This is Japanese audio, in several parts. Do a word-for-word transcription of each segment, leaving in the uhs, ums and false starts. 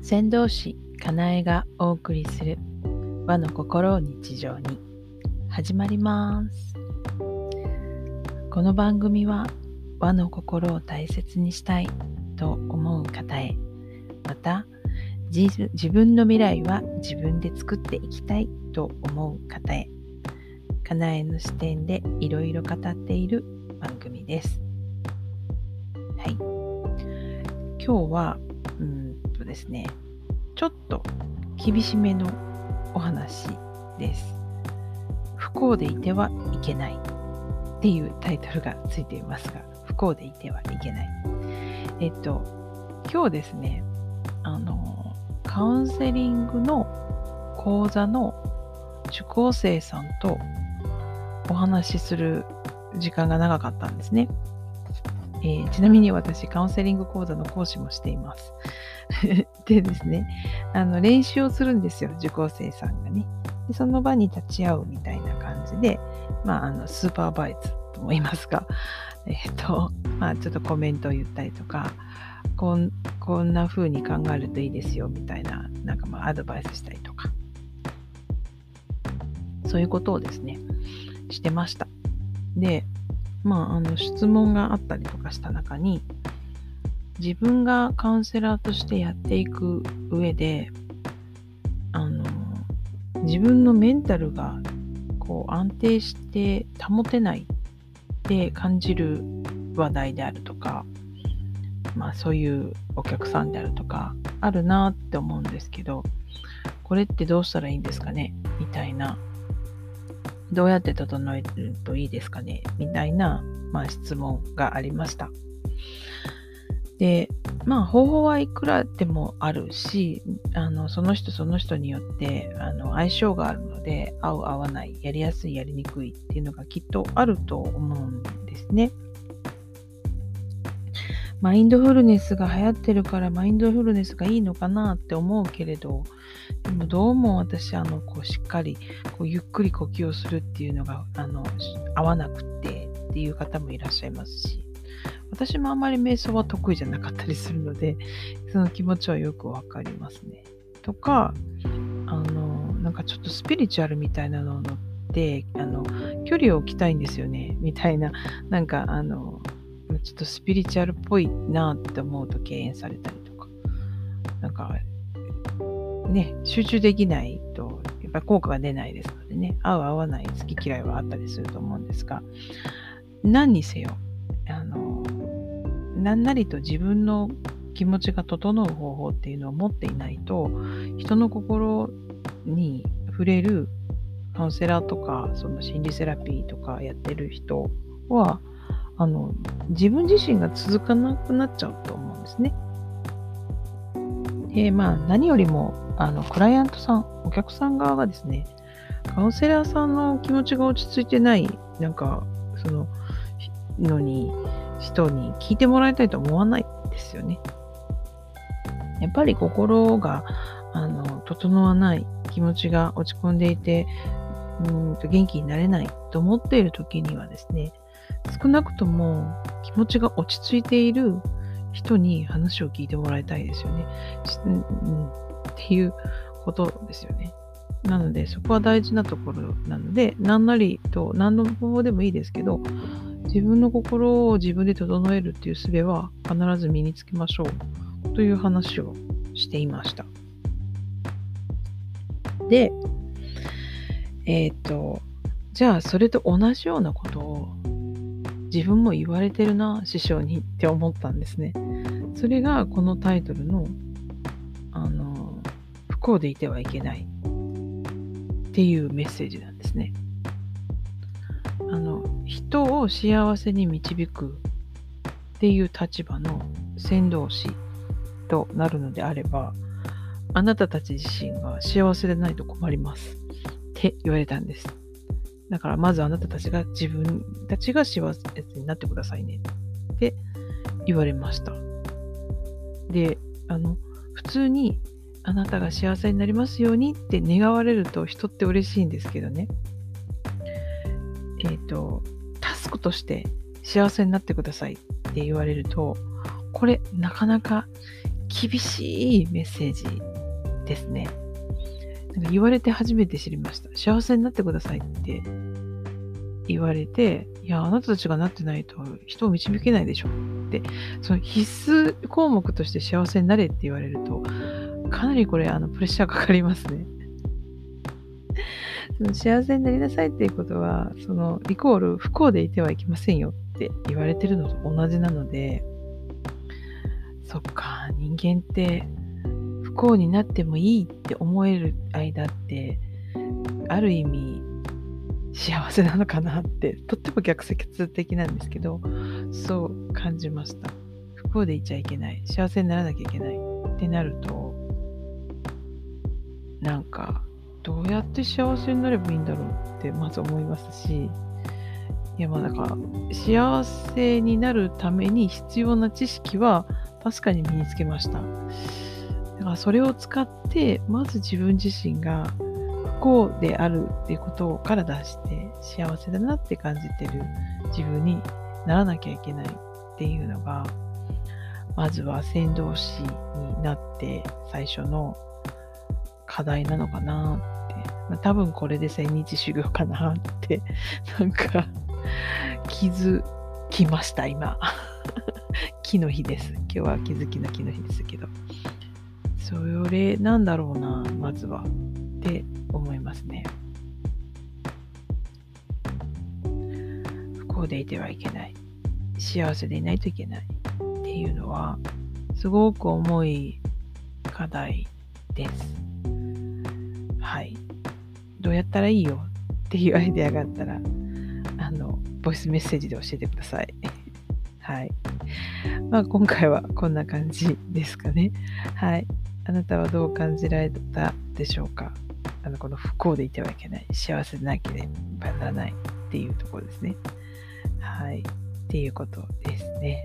宣道師かなえがお送りする和の心を日常に始まります。この番組は和の心を大切にしたいと思う方へ、また自自分の未来は自分で作っていきたいと思う方へ、かなえの視点でいろいろ語っている番組です。はい、今日はうーんとですねちょっと厳しめのお話です。不幸でいてはいけないっていうタイトルがついていますが、不幸でいてはいけない。えっと今日ですね、あのカウンセリングの講座の受講生さんとお話しする時間が長かったんですね。えー、ちなみに私カウンセリング講座の講師もしています。でですね、あの練習をするんですよ、受講生さんがね。でその場に立ち会うみたいな感じで、まあ、あのスーパーバイズとも言いますが、えっと、まあちょっとコメントを言ったりとか、こん、こんな風に考えるといいですよみたいな、なんかまあアドバイスしたりとか、そういうことをですね、してました。で、まああの質問があったりとかした中に、自分がカウンセラーとしてやっていく上で、あの自分のメンタルがこう安定して保てないって感じる話題であるとか、まあそういうお客さんであるとかあるなって思うんですけど、これってどうしたらいいんですかねみたいな、どうやって整えるといいですかねみたいな、まあ、質問がありました。で、まあ方法はいくらでもあるし、あのその人その人によってあの相性があるので、合う合わない、やりやすいやりにくいっていうのがきっとあると思うんですね。マインドフルネスが流行ってるからマインドフルネスがいいのかなって思うけれど、でもどうも私あのこうしっかりこうゆっくり呼吸をするっていうのがあの合わなくってっていう方もいらっしゃいますし、私もあんまり瞑想は得意じゃなかったりするので、その気持ちはよくわかりますね。とか、あのなんかちょっとスピリチュアルみたいなのってあの距離を置きたいんですよねみたいな、なんかあのちょっとスピリチュアルっぽいなって思うと敬遠されたりとか、なんかね、集中できないとやっぱり効果が出ないですのでね、合う合わない好き嫌いはあったりすると思うんですが、何にせよあの何なりと自分の気持ちが整う方法っていうのを持っていないと、人の心に触れるカウンセラーとかその心理セラピーとかやってる人はあの自分自身が続かなくなっちゃうと思うんですね。で、まあ何よりもあのクライアントさん、お客さん側がですね、カウンセラーさんの気持ちが落ち着いてないなんかそののに人に聞いてもらいたいと思わないですよね。やっぱり心があの整わない、気持ちが落ち込んでいて、うんと元気になれないと思っている時にはですね、少なくとも気持ちが落ち着いている人に話を聞いてもらいたいですよね。うん、っていうことですよね。なのでそこは大事なところなので、何なりと何の方法でもいいですけど、自分の心を自分で整えるっていう術は必ず身につけましょうという話をしていました。で、えっと、じゃあそれと同じようなことを自分も言われてるな、師匠にって思ったんですね。それがこのタイトルの、あの、不幸でいてはいけないっていうメッセージなんですね。あの、人を幸せに導くっていう立場の宣道師となるのであれば、あなたたち自身が幸せでないと困りますって言われたんです。だからまずあなたたちが自分たちが幸せになってくださいねって言われました。で、あの普通にあなたが幸せになりますようにって願われると人って嬉しいんですけどね。えっと、タスクとして幸せになってくださいって言われると、これなかなか厳しいメッセージですね。なんか言われて初めて知りました。幸せになってくださいって言われて、いや、あなたたちがなってないと人を導けないでしょって、その必須項目として幸せになれって言われると、かなりこれあのプレッシャーかかりますね。その幸せになりなさいっていうことは、そのイコール不幸でいてはいけませんよって言われてるのと同じなので、そっか、人間って不幸になってもいいって思える間って、ある意味幸せなのかなって、とっても逆説的なんですけど、そう感じました。不幸でいちゃいけない、幸せにならなきゃいけないってなると、なんかどうやって幸せになればいいんだろうってまず思いますし、いやまあだから幸せになるために必要な知識は確かに身につけました。だからそれを使ってまず自分自身が不幸であるっていうことから出して幸せだなって感じてる自分にならなきゃいけないっていうのが、まずは先導師になって最初の課題なのかなって、まあ、多分これで千日修行かなってなんか気づきました今木の日です。今日は気づきの木の日ですけど、それなんだろうなまずはって思いますね。不幸でいてはいけない、幸せでいないといけないっていうのはすごく重い課題です。はい。どうやったらいいよっていうアイデアがあったら、あの、ボイスメッセージで教えてください。はい。まあ今回はこんな感じですかね。はい。あなたはどう感じられたでしょうか。あの、この不幸でいてはいけない、幸せでなければならないっていうところですね。はい。っていうことですね。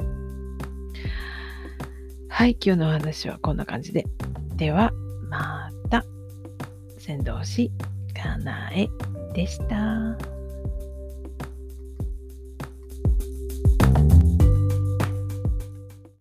はい。今日のお話はこんな感じで。では、また。先導師かなえでした。